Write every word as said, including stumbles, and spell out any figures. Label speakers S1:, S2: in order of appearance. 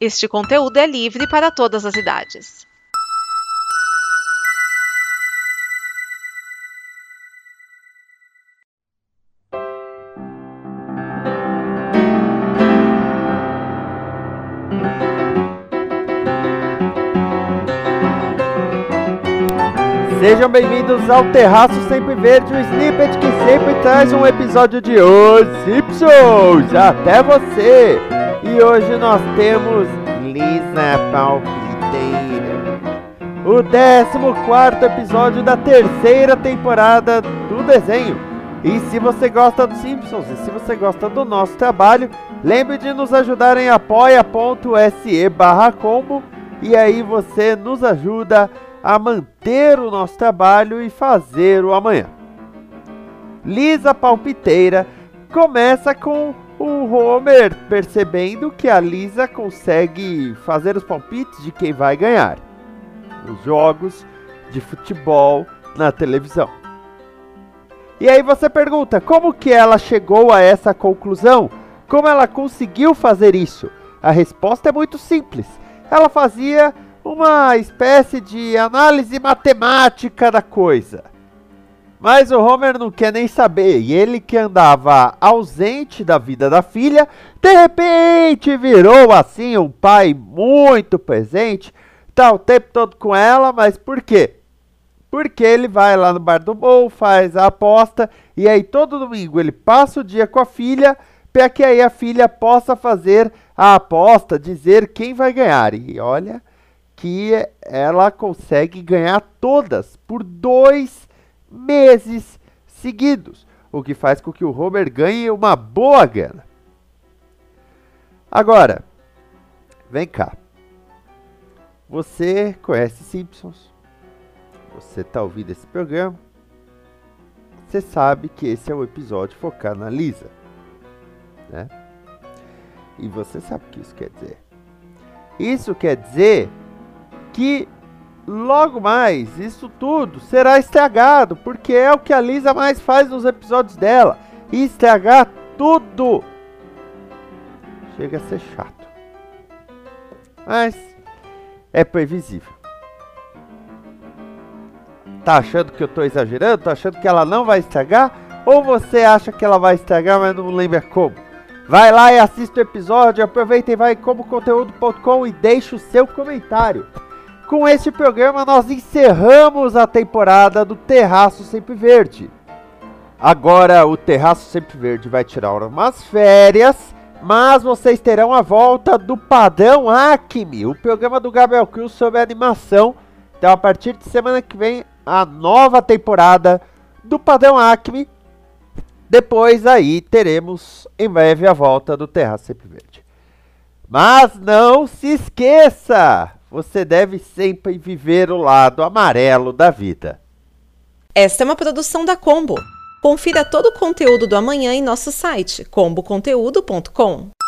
S1: Este conteúdo é livre para todas as idades.
S2: Sejam bem-vindos ao Terraço Sempre Verde, o snippet que sempre traz um episódio de Os Simpsons até você. E hoje nós temos Lisa Palpiteira, o décimo quarto episódio da terceira temporada do desenho. E se você gosta dos Simpsons e se você gosta do nosso trabalho, lembre de nos ajudar em apoia.se barra combo, e aí você nos ajuda a manter o nosso trabalho e fazer o amanhã. Lisa Palpiteira começa com o Homer percebendo que a Lisa consegue fazer os palpites de quem vai ganhar os jogos de futebol na televisão. E aí você pergunta, como que ela chegou a essa conclusão? Como ela conseguiu fazer isso? A resposta é muito simples. Ela fazia uma espécie de análise matemática da coisa. Mas o Homer não quer nem saber. E ele, que andava ausente da vida da filha, de repente virou assim um pai muito presente. Tá o tempo todo com ela, mas por quê? Porque ele vai lá no bar do Mo, faz a aposta, e aí todo domingo ele passa o dia com a filha, para que aí a filha possa fazer a aposta, dizer quem vai ganhar. E olha que ela consegue ganhar todas por dois meses seguidos, o que faz com que o Homer ganhe uma boa grana. Agora, vem cá. Você conhece Simpsons? Você está ouvindo esse programa? Você sabe que esse é o episódio focado na Lisa, né? E você sabe o que isso quer dizer. Isso quer dizer que logo mais isso tudo será estragado, porque é o que a Lisa mais faz nos episódios dela, estragar tudo. Chega a ser chato, mas é previsível. Tá achando que eu tô exagerando? Tá achando que ela não vai estragar? Ou você acha que ela vai estragar, mas não lembra como? Vai lá e assista o episódio, aproveita e vai em como conteúdo ponto com e deixa o seu comentário. Com este programa nós encerramos a temporada do Terraço Sempre Verde. Agora o Terraço Sempre Verde vai tirar umas férias, mas vocês terão a volta do Padrão Acme, o programa do Gabriel Cruz sobre animação. Então a partir de semana que vem a nova temporada do Padrão Acme. Depois aí teremos em breve a volta do Terraço Sempre Verde. Mas não se esqueça! Você deve sempre viver o lado amarelo da vida.
S1: Esta é uma produção da Combo. Confira todo o conteúdo do amanhã em nosso site combo conteúdo ponto com.